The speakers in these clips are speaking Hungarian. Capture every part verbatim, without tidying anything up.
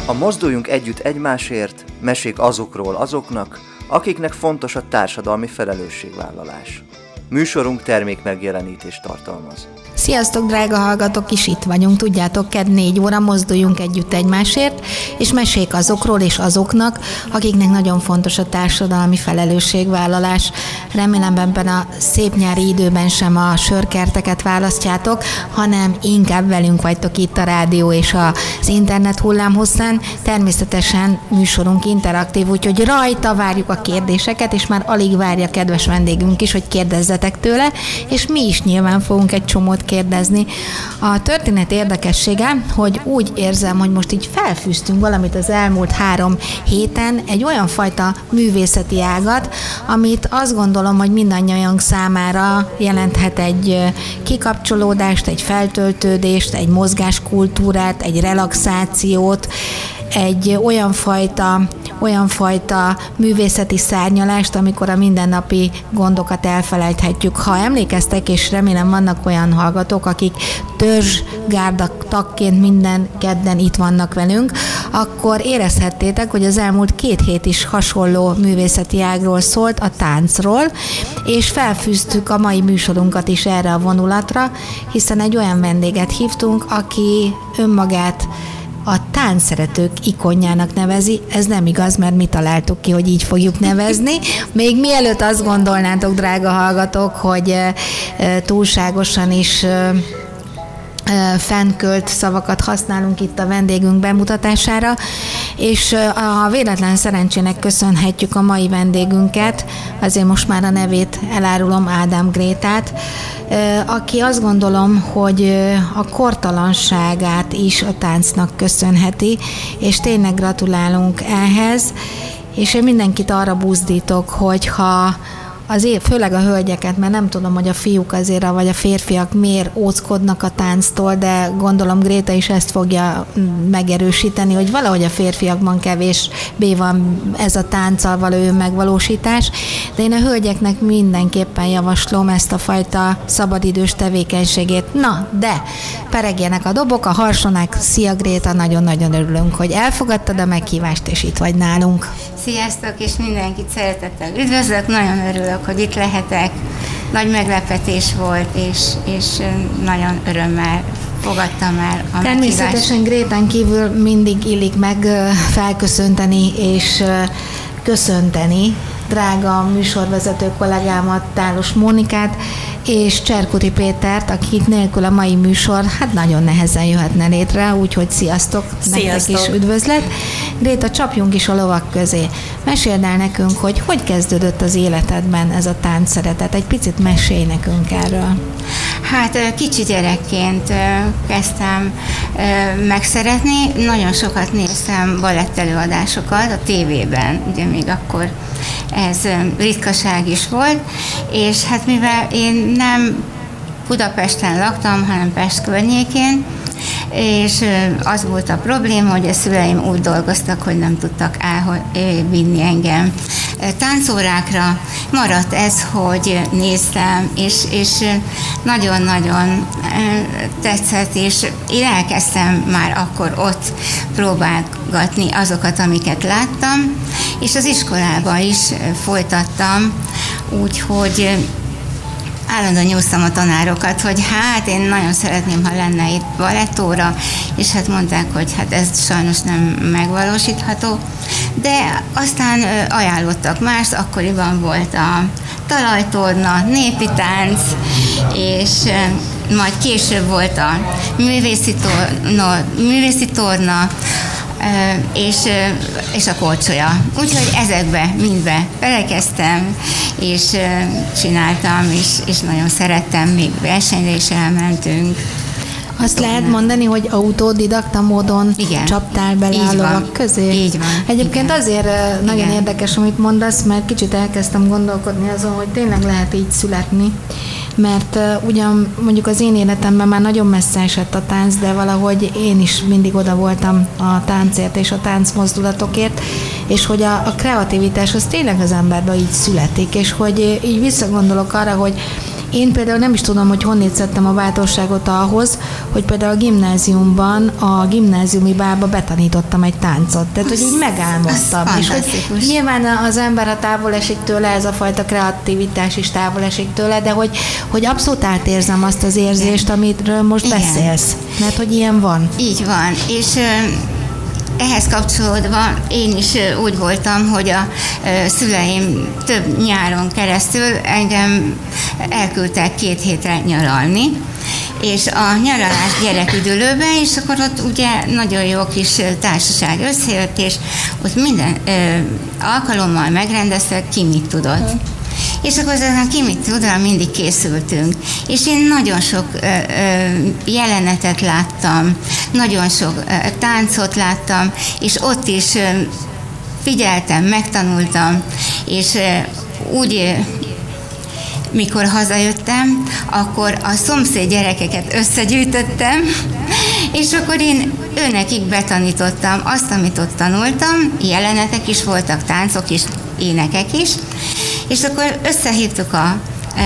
A Mozduljunk együtt egymásért, mesék azokról azoknak, akiknek fontos a társadalmi felelősségvállalás. Műsorunk termék megjelenítést tartalmaz. Sziasztok, drága hallgatók, is itt vagyunk, tudjátok, kedd négy óra, mozduljunk együtt egymásért, és mesék azokról és azoknak, akiknek nagyon fontos a társadalmi felelősségvállalás. Remélem ebben a szép nyári időben sem a sörkerteket választjátok, hanem inkább velünk vagytok itt a rádió és az internet hullámhosszán. Természetesen műsorunk interaktív, úgyhogy rajta várjuk a kérdéseket, és már alig várja kedves vendégünk is, hogy kérdezzetek tőle, és mi is nyilván fogunk egy csomót kérdezni. A történet érdekessége, hogy úgy érzem, hogy most így felfűztünk valamit az elmúlt három héten, egy olyan fajta művészeti ágat, amit azt gondolom, hogy mindannyian számára jelenthet egy kikapcsolódást, egy feltöltődést, egy mozgáskultúrát, egy relaxációt, egy olyan fajta, olyan fajta művészeti szárnyalást, amikor a mindennapi gondokat elfelejthetjük. Ha emlékeztek, és remélem vannak olyan hallgatók, akik törzsgárda tagként minden kedden itt vannak velünk, akkor érezhettétek, hogy az elmúlt két hét is hasonló művészeti ágról szólt, a táncról, és felfűztük a mai műsorunkat is erre a vonulatra, hiszen egy olyan vendéget hívtunk, aki önmagát a táncszeretők ikonjának nevezi. Ez nem igaz, mert mi találtuk ki, hogy így fogjuk nevezni. Még mielőtt azt gondolnátok, drága hallgatók, hogy túlságosan is fennkölt szavakat használunk itt a vendégünk bemutatására, és a véletlen szerencsének köszönhetjük a mai vendégünket, azért most már a nevét elárulom, Ádám Grétát, aki azt gondolom, hogy a kortalanságát is a táncnak köszönheti, és tényleg gratulálunk ehhez, és én mindenkit arra buzdítok, hogy ha azért, főleg a hölgyeket, mert nem tudom, hogy a fiúk azért, vagy a férfiak miért óckodnak a tánctól, de gondolom Gréta is ezt fogja megerősíteni, hogy valahogy a férfiakban kevésbé van ez a tánccal való önmegvalósítás, de én a hölgyeknek mindenképpen javaslom ezt a fajta szabadidős tevékenységét. Na, de peregjenek a dobok, a harsonák. Szia Gréta, nagyon-nagyon örülünk, hogy elfogadtad a meghívást, és itt vagy nálunk. Sziasztok, és mindenkit szeretettel üdvözlök, nagyon örülök, hogy itt lehetek. Nagy meglepetés volt, és, és nagyon örömmel fogadtam el a Természetesen meghívást. Grétán kívül mindig illik meg felköszönteni és köszönteni drága műsorvezető kollégámat, Tálos Mónikát, és Cserkuti Pétert, akik nélkül a mai műsor hát nagyon nehezen jöhetne létre, úgyhogy sziasztok, nektek is üdvözlet. Gréta, csapjunk is a lovak közé. Meséld el nekünk, hogy hogy kezdődött az életedben ez a táncszeretet. Egy picit mesélj nekünk erről. Hát kicsi gyerekként kezdtem megszeretni, nagyon sokat néztem balettelőadásokat a tévében, ugye még akkor ez ritkaság is volt, és hát mivel én nem Budapesten laktam, hanem Pest környékén, és az volt a probléma, hogy a szüleim úgy dolgoztak, hogy nem tudtak elvinni engem táncórákra. Maradt ez, hogy néztem, és, és nagyon-nagyon tetszett, és én elkezdtem már akkor ott próbálgatni azokat, amiket láttam, és az iskolában is folytattam, úgyhogy állandóan nyúztam a tanárokat, hogy hát én nagyon szeretném, ha lenne itt balettóra, és hát mondták, hogy hát ez sajnos nem megvalósítható, de aztán ajánlottak más, akkoriban volt a talajtorna, népi tánc, és majd később volt a művészi torna, művészi torna és, és a korcsolya. Úgyhogy ezekbe mindbe belekezdtem, és csináltam, és, és nagyon szerettem, még versenyre is elmentünk. Azt lehet mondani, hogy autodidakta módon igen, csaptál bele a lovak közé? Így van. Egyébként igen. Azért nagyon igen. Érdekes, amit mondasz, mert kicsit elkezdtem gondolkodni azon, hogy tényleg lehet így születni, mert uh, ugyan mondjuk az én életemben már nagyon messze esett a tánc, de valahogy én is mindig oda voltam a táncért és a táncmozdulatokért, és hogy a, a kreativitás az tényleg az emberben így születik, és hogy így visszagondolok arra, hogy én például nem is tudom, hogy honnét szedtem a bátorságot ahhoz, hogy például a gimnáziumban, a gimnáziumi bálba betanítottam egy táncot. Tehát, hogy így megálmodtam. És hogy nyilván az ember, ha távol esik tőle, ez a fajta kreativitás is távol esik tőle, de hogy, hogy abszolút átérzem azt az érzést, amiről most igen. beszélsz. Mert hogy ilyen van. Így van. És ehhez kapcsolódva én is úgy voltam, hogy a szüleim több nyáron keresztül engem elküldtek két hétre nyaralni, és a nyaralás gyereküdülőben, és akkor ott ugye nagyon jó kis társaság összejött, és ott minden ö, alkalommal megrendeztek, ki mit tudott. Hmm. És akkor azon ki mit tudra mindig készültünk. És én nagyon sok ö, ö, jelenetet láttam, nagyon sok ö, táncot láttam, és ott is ö, figyeltem, megtanultam, és ö, úgy ö, mikor hazajöttem, akkor a szomszéd gyerekeket összegyűjtöttem, és akkor én őnekik betanítottam azt, amit ott tanultam, jelenetek is voltak, táncok is, énekek is, és akkor összehívtuk a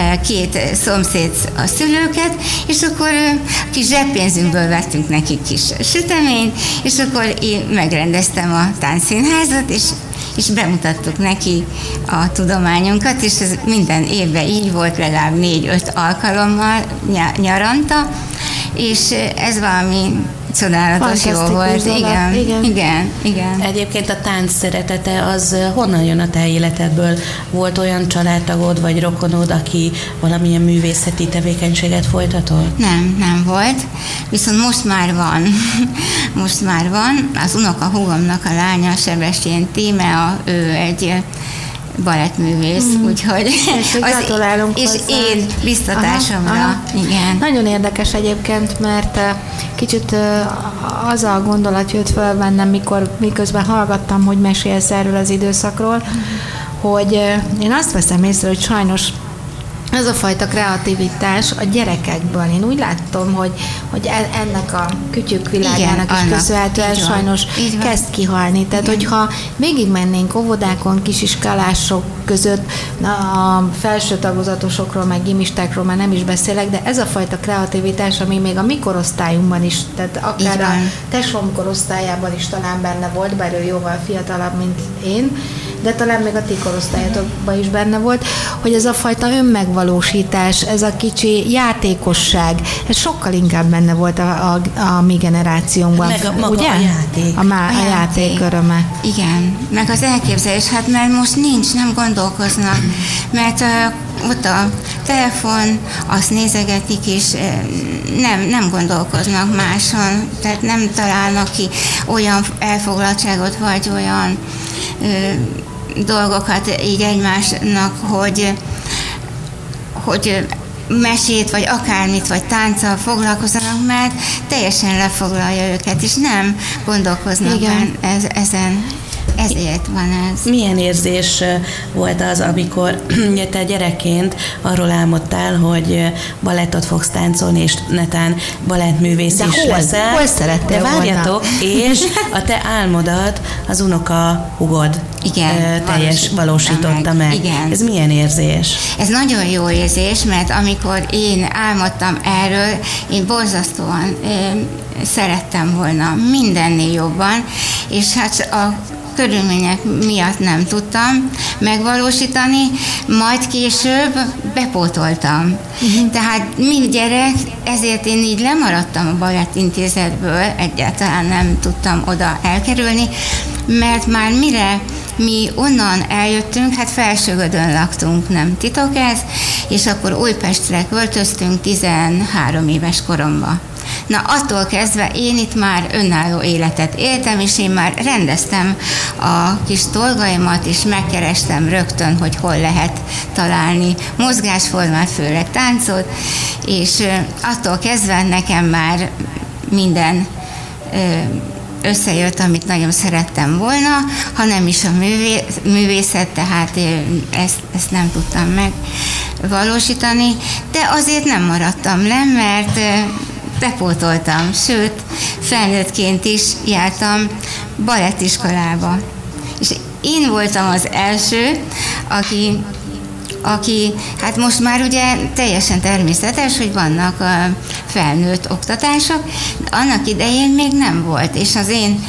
két szomszéd a szülőket, és akkor kis zseppénzünkből vettünk nekik kis süteményt, és akkor én megrendeztem a táncszínházat, és és bemutattuk neki a tudományunkat, és ez minden évben így volt, legalább négy-öt alkalommal nyaranta, és ez valami csodálatos jó volt. Igen, igen, igen, igen. Egyébként a tánc szeretete az honnan jön a te életedből? Volt olyan családtagod vagy rokonod, aki valamilyen művészeti tevékenységet folytatott? Nem, nem volt. Viszont most már van. Most már van. Az unoka húgomnak a lánya, Sebestyén Tímea, ő egy balettművész, mm. úgyhogy és gratulálunk és hozzá. Én biztatásomra. Aha, aha. Igen. Nagyon érdekes egyébként, mert kicsit az a gondolat jött föl bennem, mikor miközben hallgattam, hogy mesélsz erről az időszakról, mm. hogy én azt veszem észre, hogy sajnos ez a fajta kreativitás a gyerekekből. Én úgy látom, hogy, hogy ennek a kütyük világának is köszönhetően sajnos kezd kihalni. Tehát, igen. hogyha végigmennénk óvodákon, kisiskolások között, na, a felső tagozatosokról, meg gimistákról már nem is beszélek, de ez a fajta kreativitás, ami még a mi korosztályunkban is, tehát akár a tesóm korosztályában is talán benne volt, bár ő jóval fiatalabb, mint én, de talán még a ti korosztályatokban is benne volt, hogy ez a fajta önmegvalósítás, ez a kicsi játékosság, ez sokkal inkább benne volt a, a, a mi generációnkban. Meg a maga ugye? a játék. A, má, a, a játék, játék öröme. Igen, meg az elképzelés, hát mert most nincs, nem gondolkoznak, mert uh, ott a telefon, azt nézegetik, és uh, nem, nem gondolkoznak máson, tehát nem találnak ki olyan elfoglaltságot, vagy olyan uh, dolgokat így egymásnak, hogy, hogy mesét, vagy akármit, vagy tánccal foglalkozzanak, mert teljesen lefoglalja őket, és nem gondolkoznak ez, ezen. Ezért van ez. Milyen érzés volt az, amikor te gyerekként arról álmodtál, hogy balettot fogsz táncolni, és netán balettművész is hol, leszel. Hol szerettél De várjatok, és a te álmodat az unoka hugod igen, teljes valósította meg. meg. Igen. Ez milyen érzés? Ez nagyon jó érzés, mert amikor én álmodtam erről, én borzasztóan szerettem volna mindennél jobban, és hát a körülmények miatt nem tudtam megvalósítani, majd később bepótoltam. Uh-huh. Tehát mind gyerek, ezért én így lemaradtam a balettintézetből, egyáltalán nem tudtam oda elkerülni, mert már mire mi onnan eljöttünk, hát Felsőgödön laktunk, nem titok ez, és akkor Újpestre költöztünk tizenhárom éves koromban. Na, attól kezdve én itt már önálló életet éltem, és én már rendeztem a kis dolgaimat, és megkerestem rögtön, hogy hol lehet találni mozgásformát, főleg táncot, és attól kezdve nekem már minden összejött, amit nagyon szerettem volna, ha nem is a művészet, tehát ezt, ezt nem tudtam megvalósítani, de azért nem maradtam le, mert bepótoltam, sőt, felnőttként is jártam balettiskolába. És én voltam az első, aki aki, hát most már ugye teljesen természetes, hogy vannak a felnőtt oktatások, de annak idején még nem volt, és az én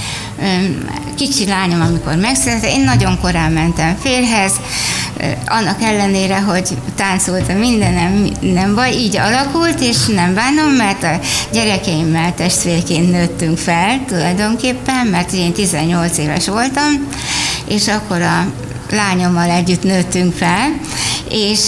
kicsi lányom, amikor megszületett, én nagyon korán mentem férjhez, annak ellenére, hogy táncoltam minden, nem, nem baj, így alakult, és nem bánom, mert a gyerekeimmel testvérként nőttünk fel tulajdonképpen, mert én tizennyolc éves voltam, és akkor a lányommal együtt nőttünk fel, és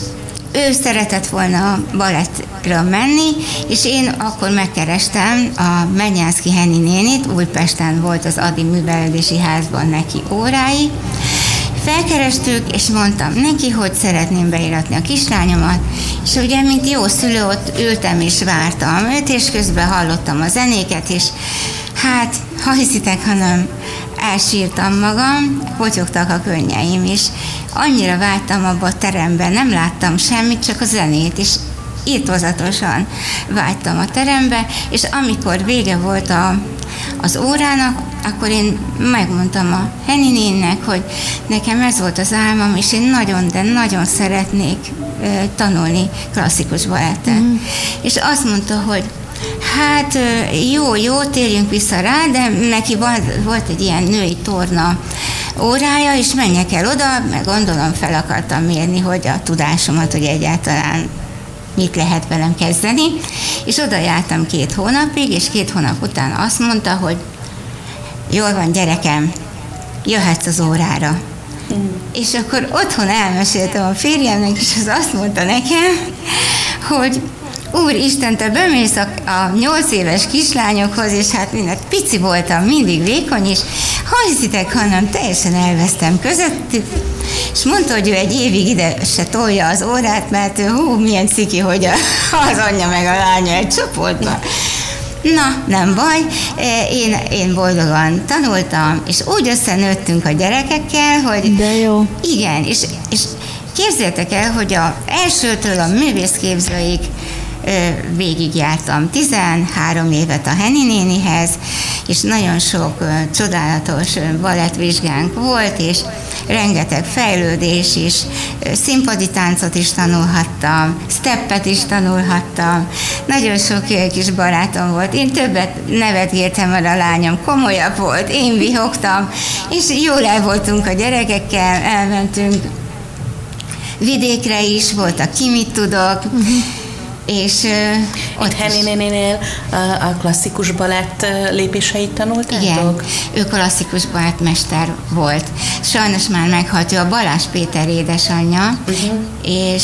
ő szeretett volna balettra menni, és én akkor megkerestem a Mednyánszky Henni nénit, Újpesten volt az Adi Művelődési Házban neki órái, felkerestük, és mondtam neki, hogy szeretném beiratni a kislányomat, és ugye, mint jó szülő, ott ültem és vártam őt, és közben hallottam a zenéket, és hát, ha hiszitek, hanem elsírtam magam, potyogtak a könnyeim is. Annyira vágytam abba a teremben, nem láttam semmit, csak a zenét, és írtózatosan vágytam a terembe, és amikor vége volt a, az órának, akkor én megmondtam a Henni nénnek, hogy nekem ez volt az álmom, és én nagyon, de nagyon szeretnék uh, tanulni klasszikus balettet. Mm. És azt mondta, hogy hát jó, jó, térjünk vissza rá, de neki volt egy ilyen női torna órája, és menjek el oda, meg gondolom fel akartam mérni, hogy a tudásomat, hogy egyáltalán mit lehet velem kezdeni, és oda jártam két hónapig, és két hónap után azt mondta, hogy jól van, gyerekem, jöhetsz az órára. Mm. És akkor otthon elmeséltem a férjemnek, és az azt mondta nekem, hogy Úristen, te bemész a, a nyolc éves kislányokhoz, és hát minden pici voltam, mindig vékony, és ha hiszitek, hanem teljesen elvesztem közöttük, és mondta, hogy ő egy évig ide se tolja az órát, mert ő, hú, milyen ciki, hogy a, az anyja meg a lánya egy csoportban. Na, nem baj, én, én boldogan tanultam, és úgy összenőttünk a gyerekekkel, hogy... De jó. Igen, és, és képzeljétek el, hogy az elsőtől a művészképzőig végigjártam tizenhárom évet a Henni nénihez, és nagyon sok csodálatos balettvizsgánk volt, és rengeteg fejlődés is, színpadi táncot is tanulhattam, steppet is tanulhattam, nagyon sok kis barátom volt, én többet nevetgéltem, mert a lányom komolyabb volt, én vihogtam, és jól el voltunk a gyerekekkel, elmentünk vidékre is, volt a Ki mit tudok, uh-huh. És uh, ott Henni nénénél a, a klasszikus balett lépéseit tanultátok? Igen, ő klasszikus balettmester volt. Sajnos már meghalt, ő a Balázs Péter édesanyja, uh-huh. és,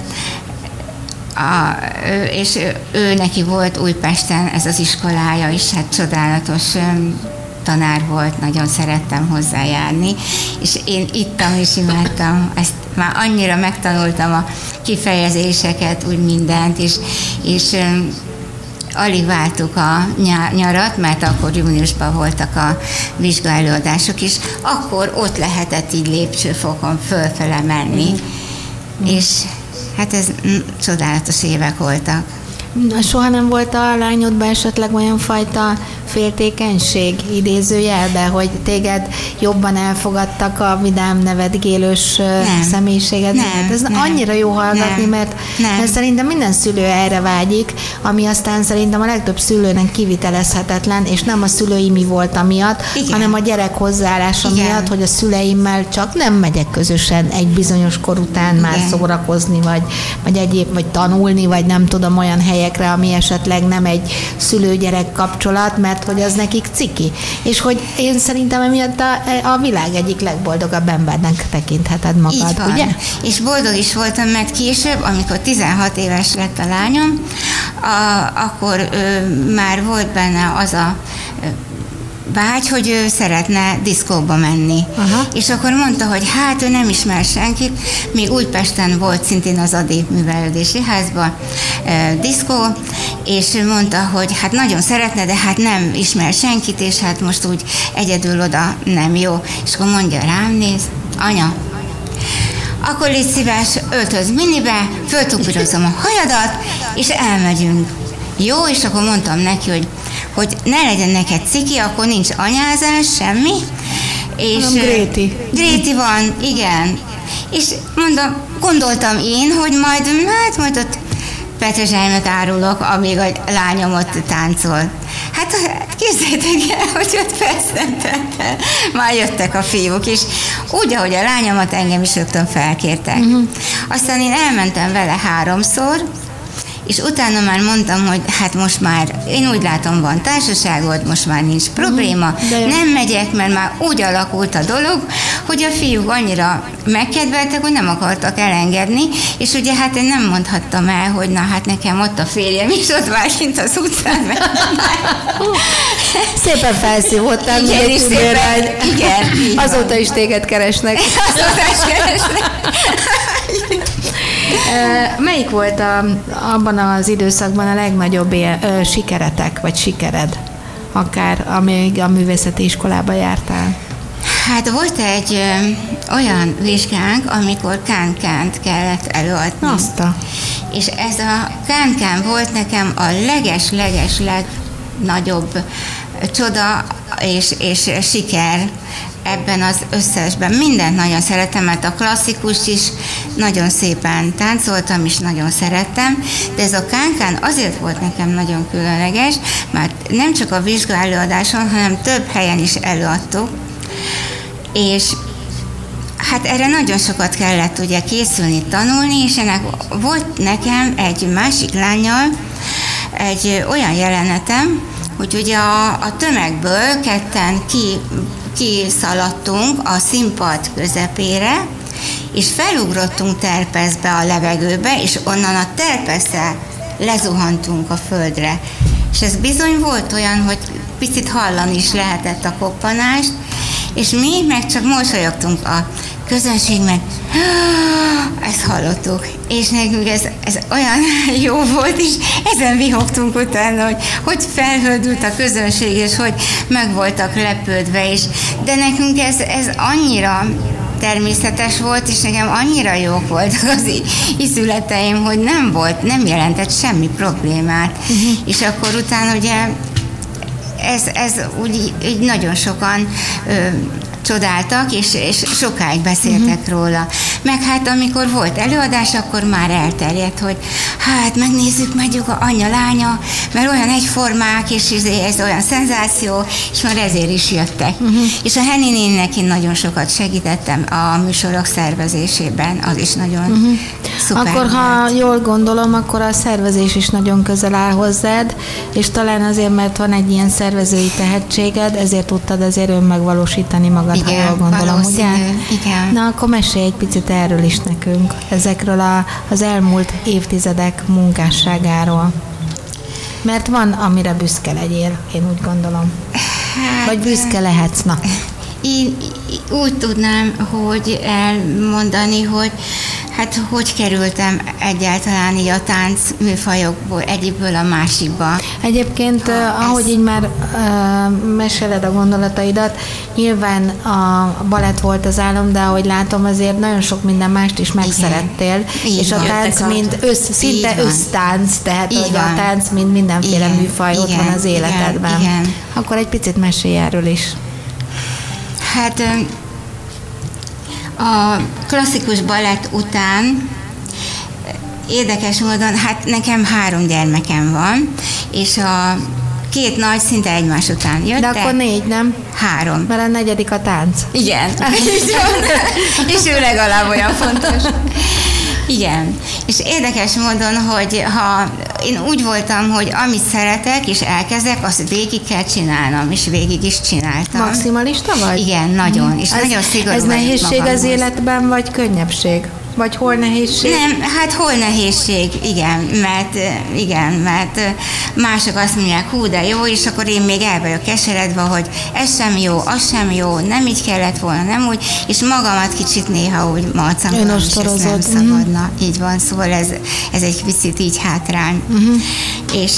a, és ő, ő neki volt Újpesten ez az iskolája, és hát csodálatos tanár volt, nagyon szerettem hozzá járni, és én ittam és imádtam, ezt már annyira megtanultam a kifejezéseket, úgy mindent, és, és um, alig vártuk a nyarat, mert akkor júniusban voltak a vizsgaelőadások, és akkor ott lehetett így lépcsőfokon fölfele menni, mm. és hát ez mm, csodálatos évek voltak. Soha nem volt a lányodban esetleg olyan fajta féltékenység idézőjelben, hogy téged jobban elfogadtak a vidám nevetgélős nem. személyiséged? Nem, Ez nem, annyira jó hallgatni, nem, mert, nem. mert szerintem minden szülő erre vágyik, ami aztán szerintem a legtöbb szülőnek kivitelezhetetlen, és nem a szülői mi volt amiatt, igen. hanem a gyerek hozzáállása igen. miatt, hogy a szüleimmel csak nem megyek közösen egy bizonyos kor után igen. már szórakozni, vagy, vagy egyéb, vagy tanulni, vagy nem tudom, olyan helyekre, ami esetleg nem egy szülő-gyerek kapcsolat, mert hogy az nekik ciki. És hogy én szerintem emiatt a, a világ egyik legboldogabb embernek tekintheted magad, ugye? És boldog is voltam, mert később, amikor tizenhat éves lett a lányom, a, akkor ö, már volt benne az a ö, vágy, hogy ő szeretne diszkóba menni. Aha. És akkor mondta, hogy hát ő nem ismer senkit, még Újpesten volt szintén az Adi Művelődési Házban e, diszkó, és ő mondta, hogy hát nagyon szeretne, de hát nem ismer senkit, és hát most úgy egyedül oda nem jó. És akkor mondja rám, néz, anya, akkor légy szíves, öltöz minibe, föltupírozom a hajadat, és elmegyünk. Jó, és akkor mondtam neki, hogy hogy ne legyen neked ciki, akkor nincs anyázás, semmi, És Gréti. Gréti van, igen. És mondom, gondoltam én, hogy majd, hát majd ott petrezselymet árulok, amíg a lányom ott táncol. Hát képzeljétek el, hogy öt percentel már jöttek a fiúk, és úgy, ahogy a lányomat engem is rögtön felkértek. Uh-huh. Aztán én elmentem vele háromszor, és utána már mondtam, hogy hát most már, én úgy látom, van társaságod, most már nincs probléma, uh-huh. nem megyek, mert már úgy alakult a dolog, hogy a fiúk annyira megkedveltek, hogy nem akartak elengedni, és ugye hát én nem mondhattam el, hogy na hát nekem ott a férjem is ott vár kint az utcán. Szépen felszívódtál, igen, és szépen, igen. Azóta is téged keresnek. Azóta is keresnek. Melyik volt a, abban az időszakban a legnagyobb él, ö, sikeretek, vagy sikered, akár amíg a művészeti iskolába jártál? Hát volt egy ö, olyan vizsgánk, amikor kánkán-t kellett előadni. Azt a... És ez a kánkán volt nekem a leges-leges legnagyobb csoda és, és siker ebben az összesben. Mindent nagyon szeretem, mert a klasszikust is nagyon szépen táncoltam, és nagyon szerettem, de ez a kánkán azért volt nekem nagyon különleges, mert nem csak a vizsga előadáson, hanem több helyen is előadtuk, és hát erre nagyon sokat kellett ugye készülni, tanulni, és ennek volt nekem egy másik lánnyal egy olyan jelenetem, hogy ugye a, a tömegből ketten ki, kiszaladtunk a színpad közepére, és felugrottunk terpeszbe a levegőbe, és onnan a terpeszre lezuhantunk a földre. És ez bizony volt olyan, hogy picit hallani is lehetett a koppanást, és mi meg csak mosolyogtunk, a közönség meg ezt hallottuk, és nekünk ez, ez olyan jó volt, és ezen vihogtunk utána, hogy hogy felhördült a közönség, és hogy meg voltak lepődve, és de nekünk ez, ez annyira természetes volt, és nekem annyira jók voltak az ízületeim, hogy nem volt, nem jelentett semmi problémát. Uh-huh. És akkor utána ugye ez, ez úgy így nagyon sokan ö, csodáltak, és, és sokáig beszéltek uh-huh. róla. Meg hát amikor volt előadás, akkor már elterjedt, hogy hát megnézzük, megyünk a anya, lánya, mert olyan egyformák, és ez olyan szenzáció, és már ezért is jöttek. Uh-huh. És a Henni néninek én nagyon sokat segítettem a műsorok szervezésében, az is nagyon uh-huh. szuper. Akkor, volt. Ha jól gondolom, akkor a szervezés is nagyon közel áll hozzád, és talán azért, mert van egy ilyen szervezői tehetséged, ezért tudtad azért önmegvalósítani magad. Igen, ha jól gondolom, ugye? Igen. Na, akkor mesélj egy picit erről is nekünk, ezekről a, az elmúlt évtizedek munkásságáról. Mert van, amire büszke legyél, én úgy gondolom. Hát, vagy büszke lehetsz, na. Én úgy tudnám, hogy elmondani, hogy hát hogy kerültem egyáltalán így a tánc műfajokból egyikből a másikba. Egyébként, ha, uh, ahogy ez... így már uh, meséled a gondolataidat, nyilván a balett volt az álom, de ahogy látom, azért nagyon sok minden mást is megszerettél, igen. és a tánc mind össz, szinte össztánc, tehát hogy a tánc mind mindenféle igen. műfaj igen. ott van az életedben. Igen. Igen. Akkor egy picit mesélj erről is. Hát a klasszikus balett után érdekes módon, hát nekem három gyermekem van, és a két nagy szinte egymás után jöttek. De akkor négy, nem? Három. Mert a negyedik a tánc. Igen. És ő legalább olyan fontos. Igen. És érdekes módon, hogy ha én úgy voltam, hogy amit szeretek és elkezdek, azt végig kell csinálnom, és végig is csináltam. Maximalista vagy? Igen, nagyon. És ez, nagyon szigorú. Ez nehézség az életben, vagy könnyebbség? Vagy hol nehézség? Nem, hát hol nehézség, igen, mert, igen, mert mások azt mondják, hú, de jó, és akkor én még el vagyok keseredve, hogy ez sem jó, az sem jó, nem így kellett volna, nem úgy, és magamat kicsit néha úgy malcangolom, és ezt nem szabadna. Uh-huh. Így van, szóval ez, ez egy picit így hátrány. Uh-huh. És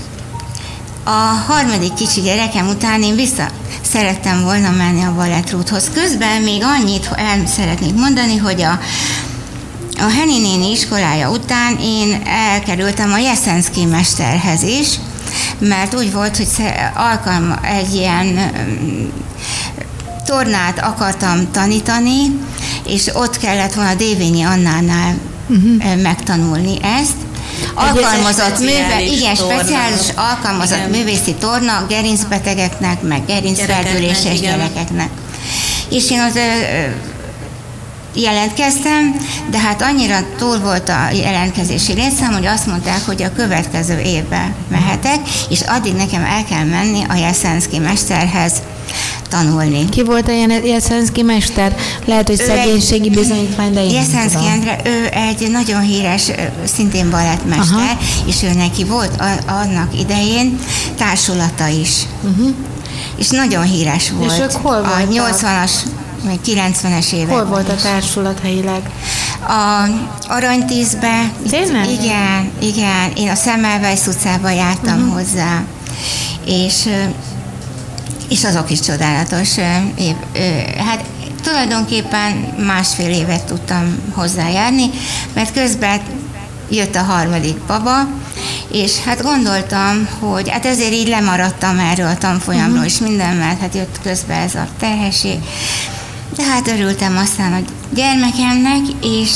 a harmadik kicsi gyerekem után én vissza szerettem volna menni a balettrúthoz. Közben még annyit el szeretnék mondani, hogy a A Henni néni iskolája után én elkerültem a Jeszenszky mesterhez is, mert úgy volt, hogy alkalma egy ilyen tornát akartam tanítani, és ott kellett volna Dévényi Annánál uh-huh. megtanulni ezt. Alkalmazott műve, igen, speciális alkalmazott igen. művészi torna gerincbetegeknek, meg gerincfeldüléses gyerekeknek. És én az jelentkeztem, de hát annyira túl volt a jelentkezési létszám, hogy azt mondták, hogy a következő évben mehetek, és addig nekem el kell menni a Jeszenszky mesterhez tanulni. Ki volt a Jeszenszky mester? Lehet, hogy ő szegénységi bizonyítvány, de én Jeszenszky Endre, ő egy nagyon híres, szintén balettmester, aha. és ő neki volt a, annak idején társulata is. Uh-huh. És nagyon híres volt. És ők hol voltak? A nyolcvanas, vagy kilencvenes években. Hol volt a társulat helyileg? A Aranytízbe. Tényleg? Igen, igen. Én a Semmelweis utcába jártam uh-huh. hozzá. És és azok is csodálatos. Év, hát tulajdonképpen másfél évet tudtam hozzájárni, mert közben jött a harmadik baba, és hát gondoltam, hogy hát ezért így lemaradtam erről a tanfolyamról, uh-huh. és minden, mert hát jött közben ez a terhesség. De hát örültem aztán a gyermekemnek, és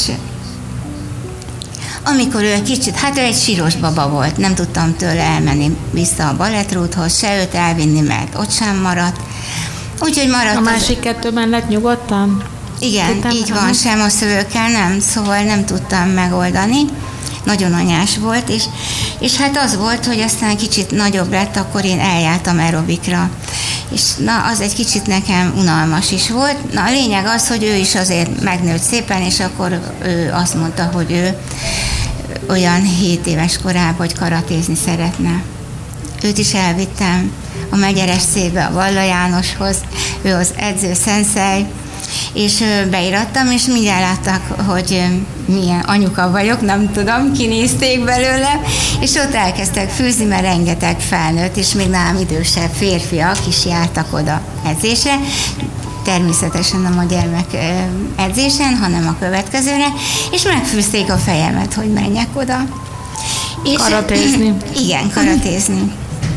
amikor ő egy kicsit, hát ő egy síros baba volt, nem tudtam tőle elmenni vissza a balettrúdhoz, se őt elvinni, mert ott sem maradt. Úgyhogy maradt. A másik az... kettőben lett nyugodtan? Igen, tudtam, így van, sem a szülőkkel nem, szóval nem tudtam megoldani. Nagyon anyás volt, és, és hát az volt, hogy aztán kicsit nagyobb lett, akkor én eljártam aerobikra. És na, az egy kicsit nekem unalmas is volt. Na, a lényeg az, hogy ő is azért megnőtt szépen, és akkor ő azt mondta, hogy ő olyan hét éves korában, hogy karatézni szeretne. Őt is elvittem a Megyeres Szébe, a Valla Jánoshoz, ő az edző szenszei, és beirattam, és mindjárt látták, hogy milyen anyuka vagyok, nem tudom, kinézték belőle, és ott elkezdtek fűzni, mert rengeteg felnőtt, és még nálam idősebb férfiak is jártak oda edzésre, természetesen nem a gyermek edzésen, hanem a következőre, és megfűzték a fejemet, hogy menjek oda. És karatézni. Igen, karatézni.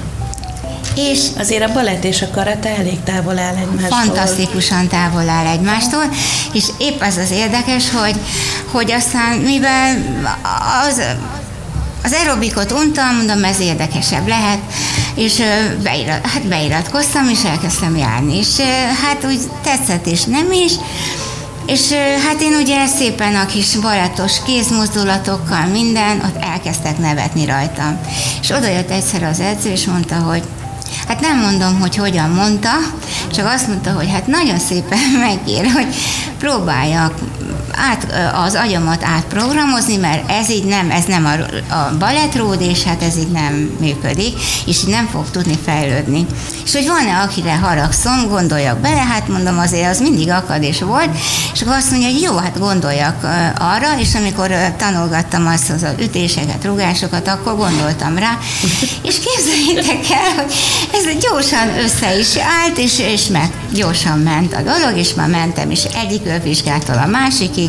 És azért a balett és a karate elég távol áll egymástól. Fantasztikusan távol áll egymástól, és épp az az érdekes, hogy, hogy aztán mivel az, az aerobikot untam, mondom, ez érdekesebb lehet, és beirat, hát beiratkoztam, és elkezdtem járni, és hát úgy tetszett, és nem is, és hát én ugye szépen a kis balettos kézmozdulatokkal minden, ott elkezdtek nevetni rajtam. És oda jött egyszer az edző, és mondta, hogy hát nem mondom, hogy hogyan mondta, csak azt mondta, hogy hát nagyon szépen megír, hogy próbáljak át, az agyamat átprogramozni, mert ez így nem, ez nem a, a balettród, és hát ez így nem működik, és így nem fog tudni fejlődni. És hogy van-e, akire haragszom, gondoljak bele, hát mondom, azért az mindig akad és volt, és akkor azt mondja, hogy jó, hát gondoljak arra, és amikor tanulgattam azt az ütéseket, rugásokat, akkor gondoltam rá, és képzeljétek el, hogy ez gyorsan össze is állt, és, és meg gyorsan ment a dolog, és már mentem is egyik vizsgától a másikig,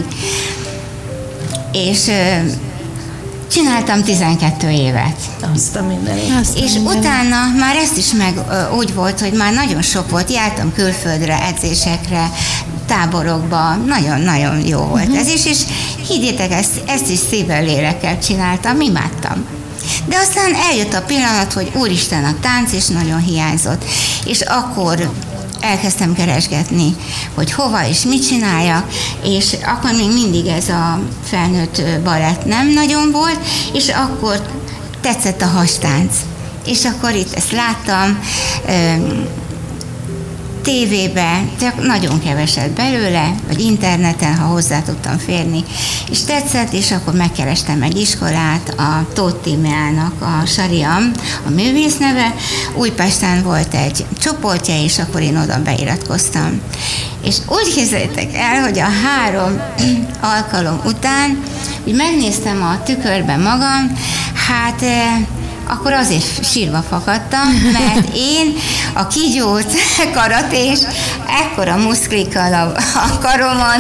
és ö, csináltam tizenkét évet. Azt a mindenit. És mindenit. Utána már ezt is meg ö, úgy volt, hogy már nagyon sok volt, jártam külföldre, edzésekre, táborokba, nagyon-nagyon jó volt uh-huh. ez is, és higgyétek, ezt, ezt is szívvel, lélekkel csináltam, imádtam. De aztán eljött a pillanat, hogy úristen, a tánc is nagyon hiányzott, és akkor elkezdtem keresgetni, hogy hova és mit csináljak, és akkor még mindig ez a felnőtt balett nem nagyon volt, és akkor tetszett a hastánc. És akkor itt ezt láttam tévébe, csak nagyon keveset belőle, vagy interneten, ha hozzá tudtam férni, és tetszett, és akkor megkerestem egy iskolát, a Tóth Tímeának a Sariam, a művész neve, Újpesten volt egy csoportja, és akkor én oda beiratkoztam. És úgy képzeljétek el, hogy a három alkalom után, hogy megnéztem a tükörben magam, hát akkor azért sírva fakadtam, mert én a kígyót, karatés, ekkora muszklikkal a, a karomon,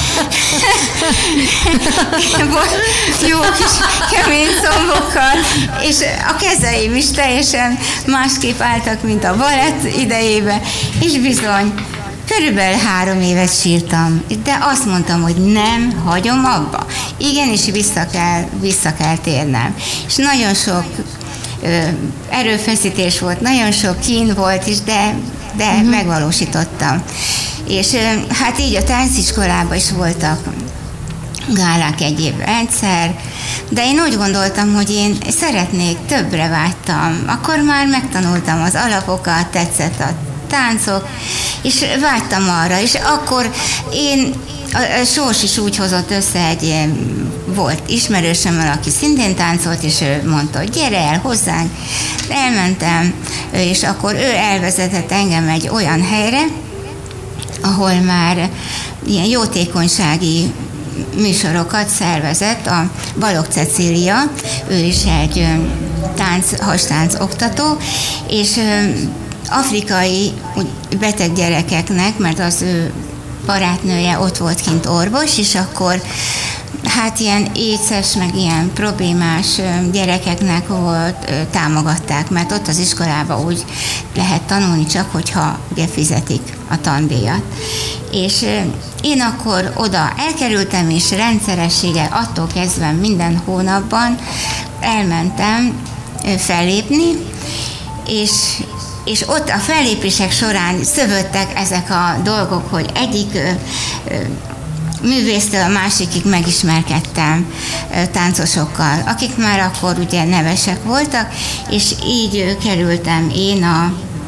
jó kis kemény szombokkal, és a kezeim is teljesen másképp álltak, mint a balett idejében, és bizony, Körülbelül három évet sírtam, de azt mondtam, hogy nem, hagyom abba. Igenis vissza kell, vissza kell térnem. És nagyon sok ö, erőfeszítés volt, nagyon sok kín volt is, de, de uh-huh. megvalósítottam. És ö, hát így a tánciskolában is voltak gálák egy évben egyszer, de én úgy gondoltam, hogy én szeretnék, többre vágytam. Akkor már megtanultam az alapokat, tetszett a táncok, és vágytam arra, és akkor én, a, a sors is úgy hozott össze, egy volt ismerősömmel, aki szintén táncolt, és ő mondta, hogy gyere el hozzánk. Elmentem, és akkor ő elvezetett engem egy olyan helyre, ahol már ilyen jótékonysági műsorokat szervezett a Balogh Cecília, ő is egy tánc, hastánc oktató, és afrikai beteg gyerekeknek, mert az ő barátnője ott volt kint orvos, és akkor hát ilyen éces, meg ilyen problémás gyerekeknek volt, támogatták, mert ott az iskolában úgy lehet tanulni csak, hogyha ugye fizetik a tandíjat. És én akkor oda elkerültem, és rendszerességgel attól kezdve minden hónapban elmentem fellépni, és és ott a fellépések során szövődtek ezek a dolgok, hogy egyik ö, ö, művésztől a másikig megismerkedtem ö, táncosokkal, akik már akkor ugye nevesek voltak, és így ö, kerültem én a,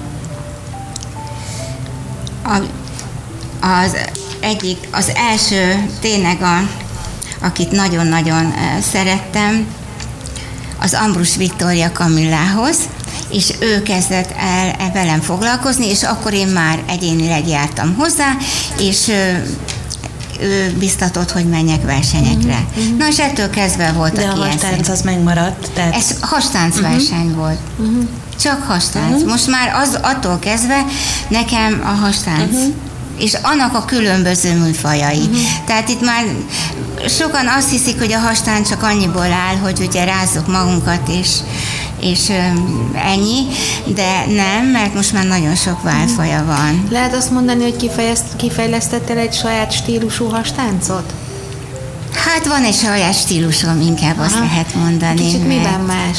a az egyik, az első tényleg, a, akit nagyon-nagyon ö, szerettem, az Ambrus Viktória Kamillához, és ő kezdett el velem foglalkozni, és akkor én már egyénileg jártam hozzá, és ő, ő biztatott, hogy menjek versenyekre. Uh-huh. Na, és ettől kezdve voltak ilyen. De a hastánc az megmaradt? Tehát... Ez hastánc uh-huh. verseny volt. Uh-huh. Csak hastánc. Uh-huh. Most már az attól kezdve nekem a hastánc. Uh-huh. És annak a különböző műfajai. Uh-huh. Tehát itt már sokan azt hiszik, hogy a hastánc csak annyiból áll, hogy ugye rázzuk magunkat, és, és ennyi, de nem, mert most már nagyon sok válfaja van. Lehet azt mondani, hogy kifejlesztettél egy saját stílusú hastáncot? Hát van egy saját stílusom, inkább Aha. azt lehet mondani. Kicsit mert... miben más?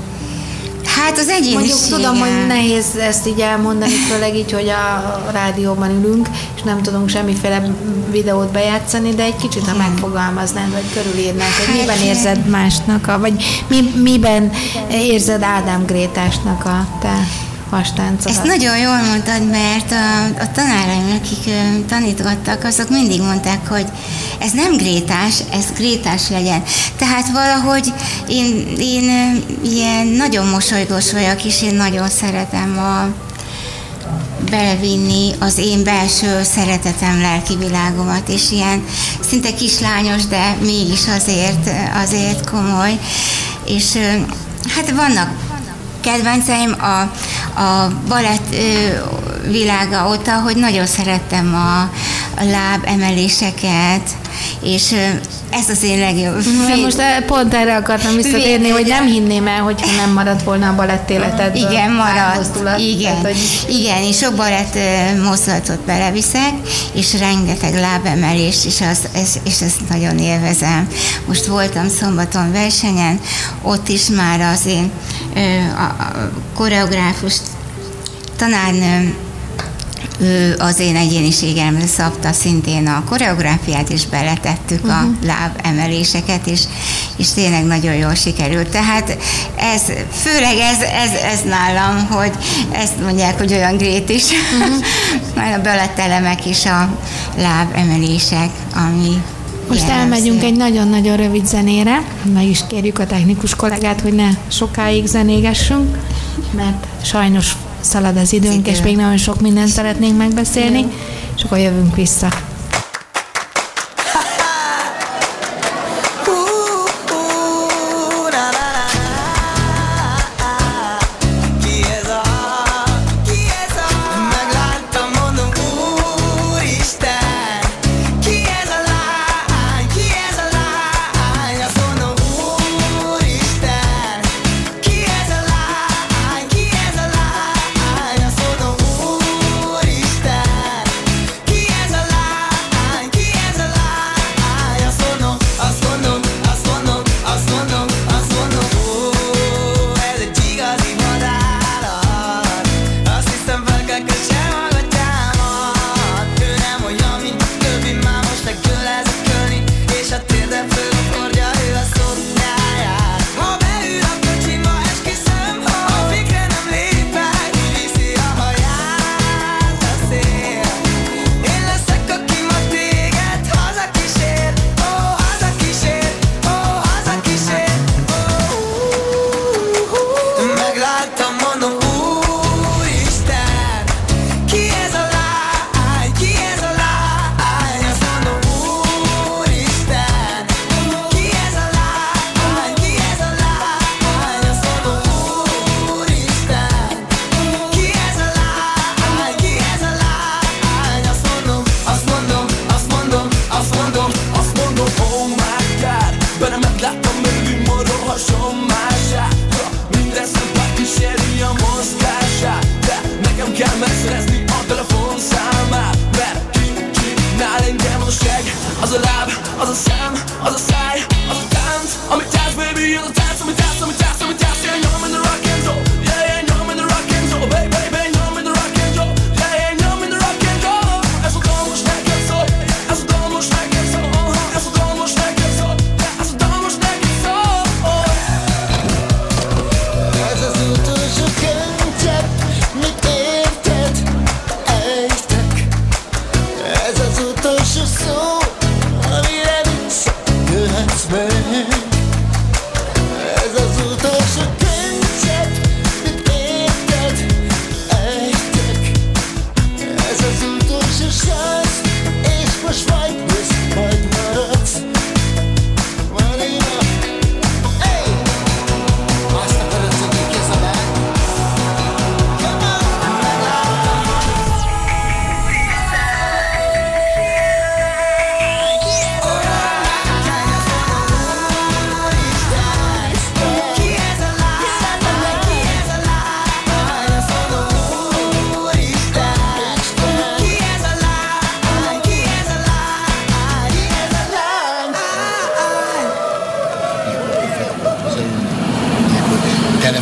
Hát az egyénisége. Mondjuk tudom, hogy nehéz ezt így elmondani, főleg így, hogy a rádióban ülünk, és nem tudunk semmiféle videót bejátszani, de egy kicsit, ha megfogalmaznád, vagy körülírnád, hogy hát miben érzed másnak, a, vagy mi, miben érzed Ádám Grétásnak a te hastáncodat. Ezt nagyon jól mondtad, mert a, a tanáraim, akik tanítottak, azok mindig mondták, hogy ez nem Grétás, ez Grétás legyen. Tehát valahogy én, én ilyen nagyon mosolygós vagyok, és én nagyon szeretem a belevinni az én belső szeretetem, lelki világomat, és ilyen szinte kislányos, de mégis azért, azért komoly. És hát vannak kedvenceim a, a balett világa óta, hogy nagyon szerettem a, a lábemeléseket, és ez az én legjobb. Most pont erre akartam visszatérni, hogy nem hinném el, hogyha nem maradt volna a balett életedből. Igen, maradt. Igen, tehát, hogy... igen, és sok balett mozdulatot beleviszek, és rengeteg lábemelés, és, az, ez, és ezt nagyon élvezem. Most voltam szombaton versenyen, ott is már az én a, a koreográfus tanárnőm, ő az én egyéniségemre szabta szintén a koreográfiát, és beletettük uh-huh. a lábemeléseket, és, és tényleg nagyon jól sikerült. Tehát ez, főleg ez, ez, ez nálam, hogy ezt mondják, hogy olyan grét is, uh-huh. már a balettelemek és a lábemelések, ami most elmegyünk egy nagyon-nagyon rövid zenére, meg is kérjük a technikus kollégát, hogy ne sokáig zenégessünk, mert sajnos szalad az időnk, és még nagyon sok mindent szeretnénk megbeszélni, és akkor jövünk vissza.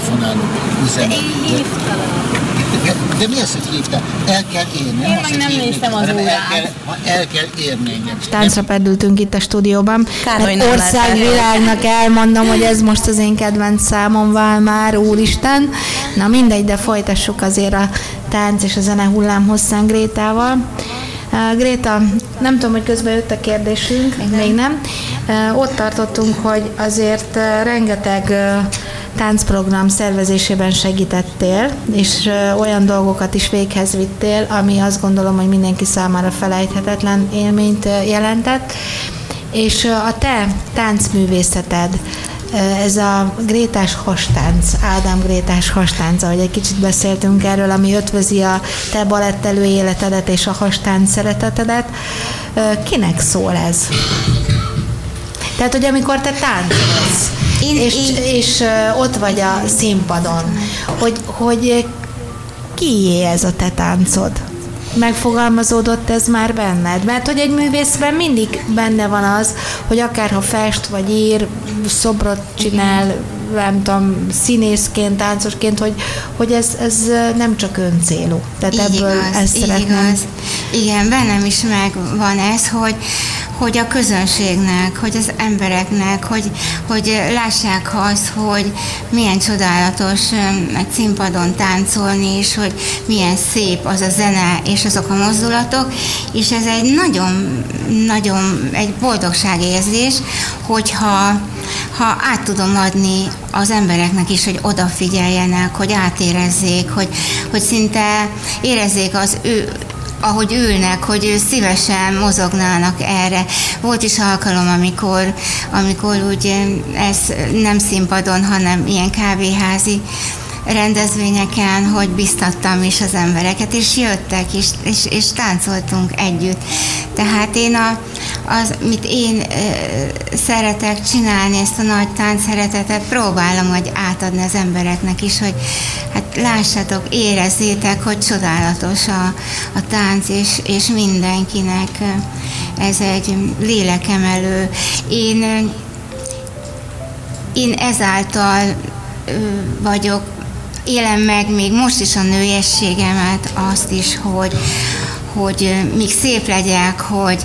telefonálok, üzenet. De, de mi az, hogy hívtál? El kell érni. Én meg nem néztem az órát. El kell, el kell érni engem. Táncra pendültünk itt a stúdióban. Károly, mert országvilágnak elmondom, hogy ez most az én kedvenc számom vál már, úristen. Na mindegy, de folytassuk azért a tánc és a zene hullám hosszán Grétával. Uh, Gréta, nem tudom, hogy közben jött a kérdésünk, még, még nem. Uh, ott tartottunk, hogy azért uh, rengeteg uh, táncprogram szervezésében segítettél, és uh, olyan dolgokat is véghez vittél, ami azt gondolom, hogy mindenki számára felejthetetlen élményt uh, jelentett. És uh, a te táncművészeted, ez a Grétás hastánc, Ádám Grétás hastánc, ahogy egy kicsit beszéltünk erről, ami ötvözi a te balettelő életedet és a hastánc szeretetedet. Kinek szól ez? Tehát, hogy amikor te táncolsz, én, és, én... és ott vagy a színpadon, hogy, hogy kié ez a te táncod? Megfogalmazódott ez már benned? Mert hogy egy művészben mindig benne van az, hogy akárha fest, vagy ír, szobrot csinál, nem tudom, színészként, táncosként, hogy, hogy ez, ez nem csak öncélú. Tehát így ebből igaz, ezt szeretném. Igaz. Igen, bennem is megvan ez, hogy, hogy a közönségnek, hogy az embereknek, hogy, hogy lássák azt, hogy milyen csodálatos egy színpadon táncolni, és hogy milyen szép az a zene, és azok a mozdulatok, és ez egy nagyon, nagyon egy boldogságérzés, hogyha ha át tudom adni az embereknek is, hogy odafigyeljenek, hogy átérezzék, hogy, hogy szinte érezzék az ő, ahogy ülnek, hogy ő szívesen mozognának erre. Volt is alkalom, amikor, amikor úgy ez nem színpadon, hanem ilyen kávéházi rendezvényeken, hogy biztattam is az embereket, és jöttek, és, és, és táncoltunk együtt. Tehát én, a, az, mit én e, szeretek csinálni, ezt a nagy táncszeretetet, próbálom, hogy átadni az embereknek is, hogy hát lássátok, érezzétek, hogy csodálatos a, a tánc, és, és mindenkinek ez egy lélekemelő. Én, én ezáltal vagyok, élem meg még most is a nőiességemet, azt is, hogy, hogy még szép legyek, hogy,